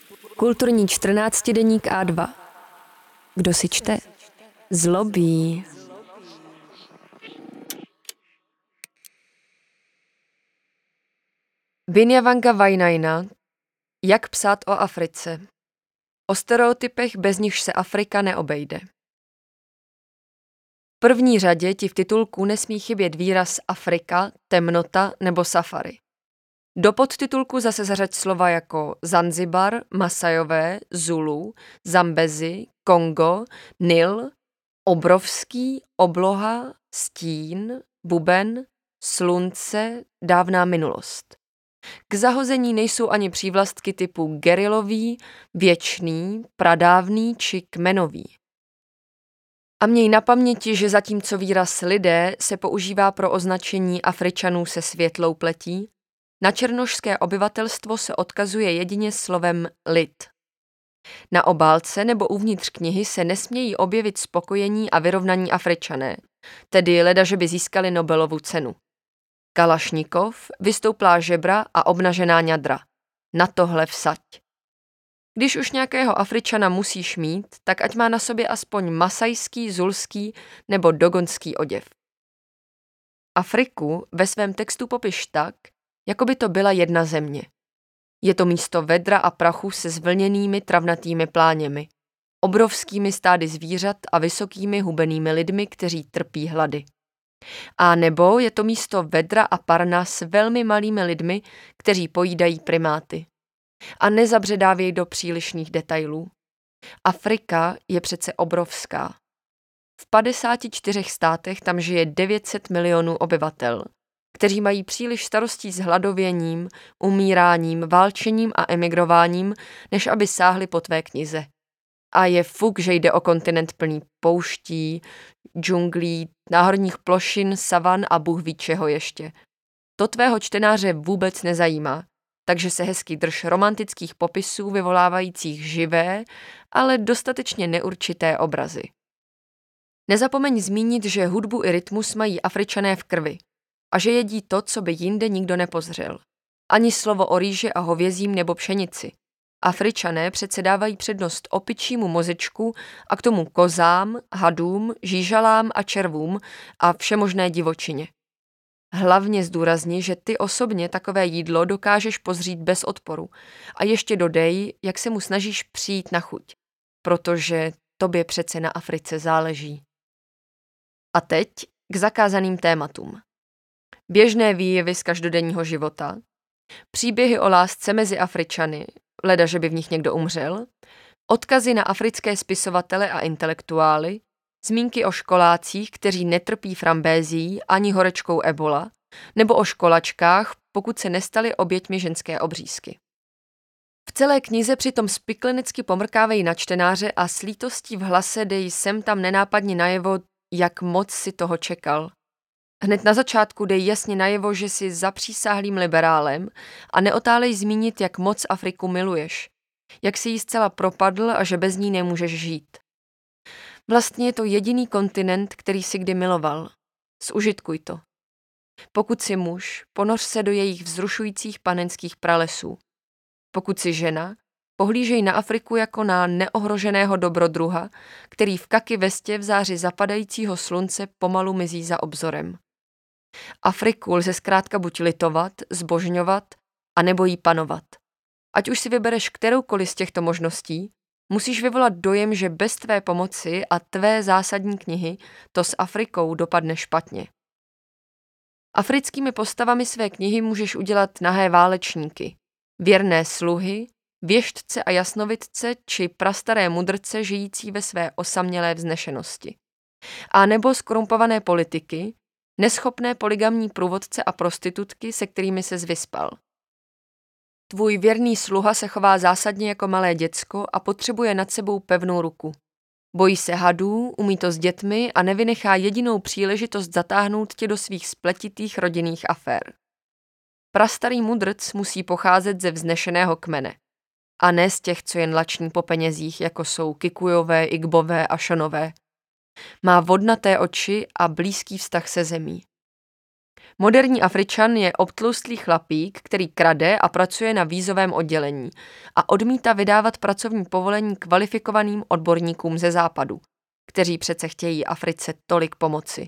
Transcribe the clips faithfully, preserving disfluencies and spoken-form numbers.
Kulturní čtrnáctidenník á dva. Kdo si čte? Zlobí. Binyavanga Wainaina. Jak psát o Africe. O stereotypech, bez nichž se Afrika neobejde. V první řadě ti v titulku nesmí chybět výraz Afrika, temnota nebo safari. Do podtitulku zase zařaď slova jako Zanzibar, Masajové, Zulu, Zambezi, Kongo, Nil, obrovský, obloha, stín, buben, slunce, dávná minulost. K zahození nejsou ani přívlastky typu gerilový, věčný, pradávný či kmenový. A měj na paměti, že zatímco výraz lidé se používá pro označení Afričanů se světlou pletí, na černošské obyvatelstvo se odkazuje jedině slovem lid. Na obálce nebo uvnitř knihy se nesmějí objevit spokojení a vyrovnaní Afričané, tedy leda, že by získali Nobelovu cenu. Kalašnikov, vystouplá žebra a obnažená ňadra. Na tohle vsaď. Když už nějakého Afričana musíš mít, tak ať má na sobě aspoň masajský, zulský nebo dogonský oděv. Afriku ve svém textu popiš tak, jako by to byla jedna země. Je to místo vedra a prachu se zvlněnými travnatými pláněmi, obrovskými stády zvířat a vysokými hubenými lidmi, kteří trpí hlady. A nebo je to místo vedra a parna s velmi malými lidmi, kteří pojídají primáty. A nezabředávěj do přílišných detailů. Afrika je přece obrovská. V padesáti čtyřech státech tam žije devět set milionů obyvatel, kteří mají příliš starostí s hladověním, umíráním, válčením a emigrováním, než aby sáhli po tvé knize. A je fuk, že jde o kontinent plný pouští, džunglí, náhorních plošin, savan a bůh ví čeho ještě. To tvého čtenáře vůbec nezajímá, takže se hezky drž romantických popisů vyvolávajících živé, ale dostatečně neurčité obrazy. Nezapomeň zmínit, že hudbu i rytmus mají Afričané v krvi a že jedí to, co by jinde nikdo nepozřel. Ani slovo o rýži a hovězím nebo pšenici. Afričané přece dávají přednost opičímu mozečku a k tomu kozám, hadům, žížalám a červům a všemožné divočině. Hlavně zdůrazni, že ty osobně takové jídlo dokážeš pozřít bez odporu a ještě dodej, jak se mu snažíš přijít na chuť, protože tobě přece na Africe záleží. A teď k zakázaným tématům. Běžné výjevy z každodenního života, příběhy o lásce mezi Afričany, leda, že by v nich někdo umřel, odkazy na africké spisovatele a intelektuály, zmínky o školácích, kteří netrpí frambézií ani horečkou ebola, nebo o školačkách, pokud se nestali oběťmi ženské obřízky. V celé knize přitom spiklenecky pomrkávají na čtenáře a s lítostí v hlase dej sem tam nenápadně najevo, jak moc si toho čekal. Hned na začátku dej jasně najevo, že jsi zapřísáhlým liberálem a neotálej zmínit, jak moc Afriku miluješ, jak si ji zcela propadl a že bez ní nemůžeš žít. Vlastně je to jediný kontinent, který si kdy miloval. Zužitkuj to. Pokud jsi muž, ponoř se do jejich vzrušujících panenských pralesů. Pokud jsi žena, pohlížej na Afriku jako na neohroženého dobrodruha, který v kaki vestě v záři zapadajícího slunce pomalu mizí za obzorem. Afriku lze zkrátka buď litovat, zbožňovat, anebo jí panovat. Ať už si vybereš kteroukoliv z těchto možností, musíš vyvolat dojem, že bez tvé pomoci a tvé zásadní knihy to s Afrikou dopadne špatně. Africkými postavami své knihy můžeš udělat nahé válečníky, věrné sluhy, věštce a jasnovidce či prastaré mudrce žijící ve své osamělé vznešenosti. A nebo skorumpované politiky, neschopné polygamní průvodce a prostitutky, se kterými ses vyspal. Tvůj věrný sluha se chová zásadně jako malé děcko a potřebuje nad sebou pevnou ruku. Bojí se hadů, umí to s dětmi a nevynechá jedinou příležitost zatáhnout tě do svých spletitých rodinných afér. Prastarý mudrc musí pocházet ze vznešeného kmene. A ne z těch, co jen lační po penězích, jako jsou Kikujové, Igbové a Šonové. Má vodnaté oči a blízký vztah se zemí. Moderní Afričan je obtloustlý chlapík, který krade a pracuje na vízovém oddělení a odmítá vydávat pracovní povolení kvalifikovaným odborníkům ze západu, kteří přece chtějí Africe tolik pomoci.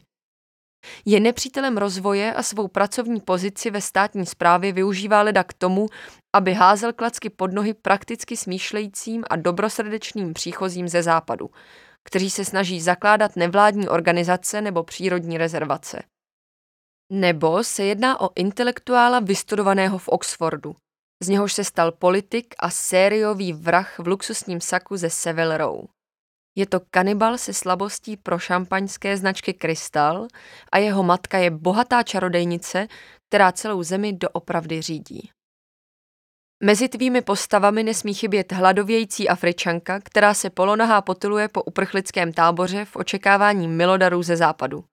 Je nepřítelem rozvoje a svou pracovní pozici ve státní správě využívá leda k tomu, aby házel klacky pod nohy prakticky smýšlejícím a dobrosrdečným příchozím ze západu, kteří se snaží zakládat nevládní organizace nebo přírodní rezervace. Nebo se jedná o intelektuála vystudovaného v Oxfordu, z něhož se stal politik a sériový vrah v luxusním saku ze Savile Row. Je to kanibal se slabostí pro šampaňské značky Krystal a jeho matka je bohatá čarodejnice, která celou zemi doopravdy řídí. Mezi tvými postavami nesmí chybět hladovějící Afričanka, která se polonahá potyluje po uprchlickém táboře v očekávání milodarů ze západu.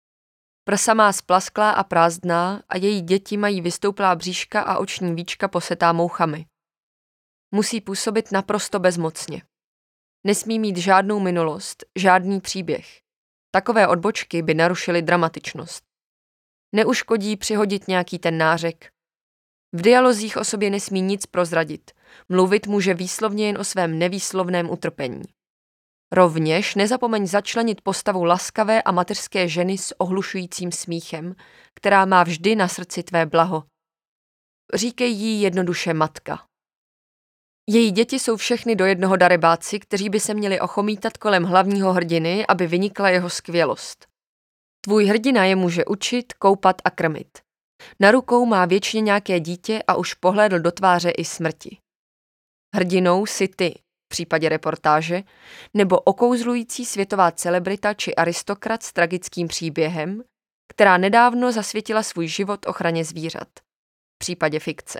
Prsa má splasklá a prázdná a její děti mají vystouplá bříška a oční víčka posetá mouchami. Musí působit naprosto bezmocně. Nesmí mít žádnou minulost, žádný příběh. Takové odbočky by narušily dramatičnost. Neuškodí přihodit nějaký ten nářek. V dialozích o sobě nesmí nic prozradit. Mluvit může výslovně jen o svém nevýslovném utrpení. Rovněž nezapomeň začlenit postavu laskavé a mateřské ženy s ohlušujícím smíchem, která má vždy na srdci tvé blaho. Říkej jí jednoduše matka. Její děti jsou všechny do jednoho darebáci, kteří by se měli ochomítat kolem hlavního hrdiny, aby vynikla jeho skvělost. Tvůj hrdina je může učit, koupat a krmit. Na rukou má věčně nějaké dítě a už pohlédl do tváře i smrti. Hrdinou si ty, v případě reportáže, nebo okouzlující světová celebrita či aristokrat s tragickým příběhem, která nedávno zasvětila svůj život ochraně zvířat, v případě fikce.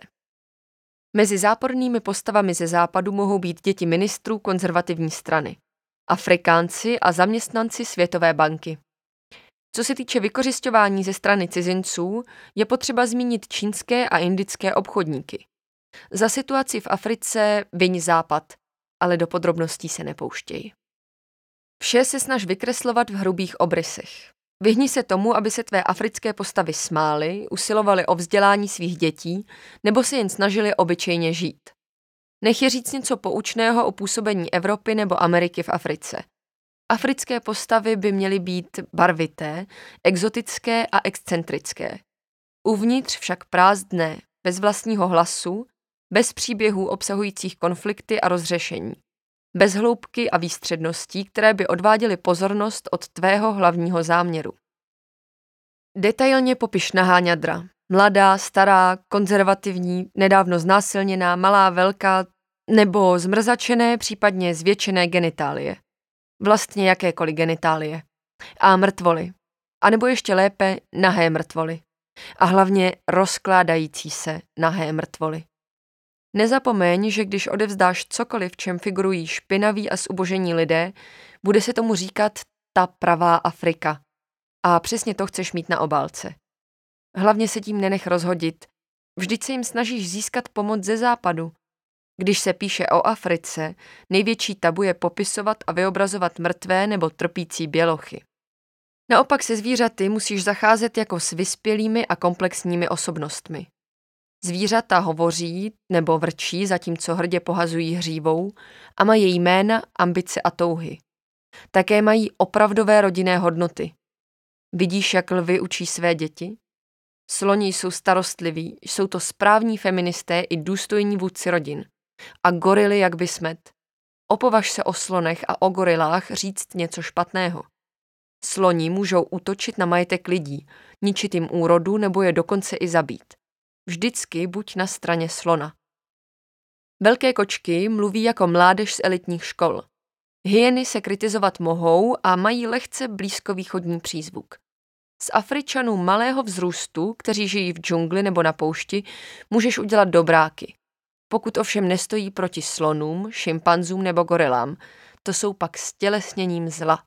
Mezi zápornými postavami ze západu mohou být děti ministrů konzervativní strany, Afrikánci a zaměstnanci Světové banky. Co se týče vykořisťování ze strany cizinců, je potřeba zmínit čínské a indické obchodníky. Za situaci v Africe viň západ, ale do podrobností se nepouštěj. Vše se snaž vykreslovat v hrubých obrysech. Vyhni se tomu, aby se tvé africké postavy smály, usilovaly o vzdělání svých dětí, nebo se jen snažili obyčejně žít. Nech je říct něco poučného o působení Evropy nebo Ameriky v Africe. Africké postavy by měly být barvité, exotické a excentrické. Uvnitř však prázdné, bez vlastního hlasu, bez příběhů obsahujících konflikty a rozřešení. Bez hloubky a výstředností, které by odváděly pozornost od tvého hlavního záměru. Detailně popiš naháňadra. Mladá, stará, konzervativní, nedávno znásilněná, malá, velká, nebo zmrzačené, případně zvětšené genitálie. Vlastně jakékoliv genitálie. A mrtvoly. A nebo ještě lépe nahé mrtvoly. A hlavně rozkládající se nahé mrtvoly. Nezapomeň, že když odevzdáš cokoliv, v čem figurují špinaví a zubožení lidé, bude se tomu říkat ta pravá Afrika. A přesně to chceš mít na obálce. Hlavně se tím nenech rozhodit. Vždyť se jim snažíš získat pomoc ze západu. Když se píše o Africe, největší tabu je popisovat a vyobrazovat mrtvé nebo trpící bělochy. Naopak se zvířaty musíš zacházet jako s vyspělými a komplexními osobnostmi. Zvířata hovoří nebo vrčí, zatímco hrdě pohazují hřívou a mají jména, ambice a touhy. Také mají opravdové rodinné hodnoty. Vidíš, jak lvy učí své děti? Sloni jsou starostliví, jsou to správní feministé i důstojní vůdci rodin. A gorily jak by smet. Opovaž se o slonech a o gorilách říct něco špatného. Sloni můžou útočit na majetek lidí, ničit jim úrodu nebo je dokonce i zabít. Vždycky buď na straně slona. Velké kočky mluví jako mládež z elitních škol. Hyeny se kritizovat mohou a mají lehce blízkovýchodní přízvuk. Z Afričanů malého vzrůstu, kteří žijí v džungli nebo na poušti, můžeš udělat dobráky. Pokud ovšem nestojí proti slonům, šimpanzům nebo gorilám, to jsou pak stělesněním zla.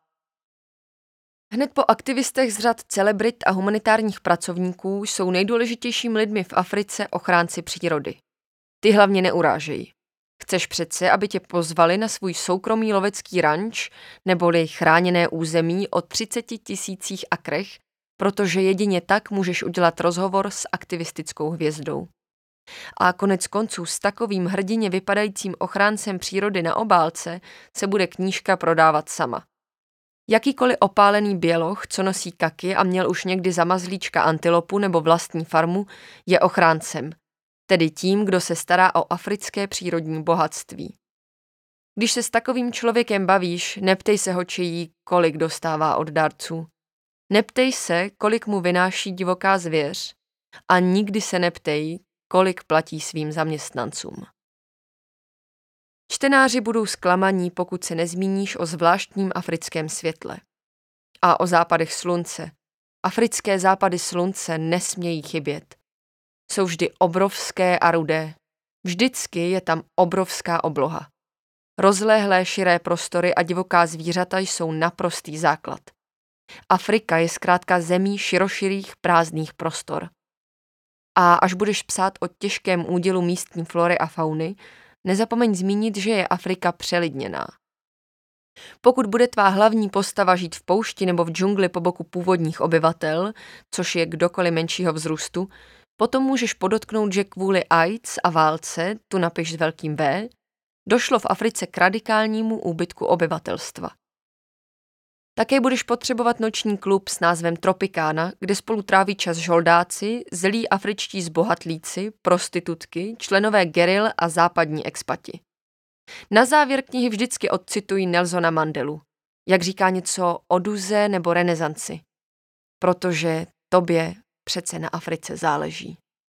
Hned po aktivistech z řad celebrit a humanitárních pracovníků jsou nejdůležitějšími lidmi v Africe ochránci přírody. Ty hlavně neurážejí. Chceš přece, aby tě pozvali na svůj soukromý lovecký ranč neboli chráněné území o třiceti tisících akrech, protože jedině tak můžeš udělat rozhovor s aktivistickou hvězdou. A konec konců s takovým hrdině vypadajícím ochráncem přírody na obálce se bude knížka prodávat sama. Jakýkoliv opálený běloch, co nosí kaky a měl už někdy za mazlíčka antilopu nebo vlastní farmu, je ochráncem, tedy tím, kdo se stará o africké přírodní bohatství. Když se s takovým člověkem bavíš, neptej se ho čejí, kolik dostává od dárců. Neptej se, kolik mu vynáší divoká zvěř a nikdy se neptej, kolik platí svým zaměstnancům. Čtenáři budou zklamaní, pokud se nezmíníš o zvláštním africkém světle. A o západech slunce. Africké západy slunce nesmějí chybět. Jsou vždy obrovské a rudé. Vždycky je tam obrovská obloha. Rozléhlé širé prostory a divoká zvířata jsou naprostý základ. Afrika je zkrátka zemí široširých prázdných prostor. A až budeš psát o těžkém údělu místní flory a fauny, nezapomeň zmínit, že je Afrika přelidněná. Pokud bude tvá hlavní postava žít v poušti nebo v džungli po boku původních obyvatel, což je kdokoliv menšího vzrůstu, potom můžeš podotknout, že kvůli AIDS a válce, tu napiš s velkým V, došlo v Africe k radikálnímu úbytku obyvatelstva. Také budeš potřebovat noční klub s názvem Tropikána, kde spolu tráví čas žoldáci, zlí afričtí zbohatlíci, prostitutky, členové geril a západní expati. Na závěr knihy vždycky odcitují Nelsona Mandelu, jak říká něco o duze nebo renesanci, protože tobě přece na Africe záleží.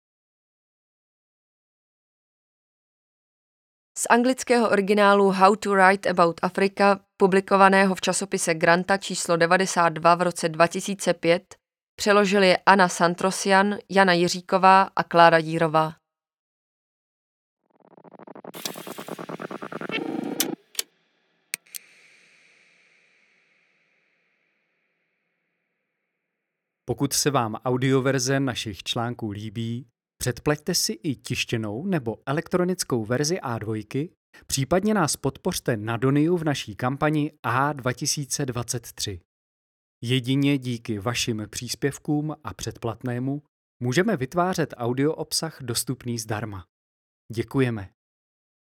Z anglického originálu How to Write About Africa, publikovaného v časopise Granta číslo devadesát dva v roce dva tisíce pět, přeložili je Anna Santrosian, Jana Jiříková a Klára Dírová. Pokud se vám audioverze našich článků líbí, předplaťte si i tištěnou nebo elektronickou verzi á dva, případně nás podpořte na Doniu v naší kampani A dva tisíce dvacet tři. Jedině díky vašim příspěvkům a předplatnému můžeme vytvářet audio obsah dostupný zdarma. Děkujeme.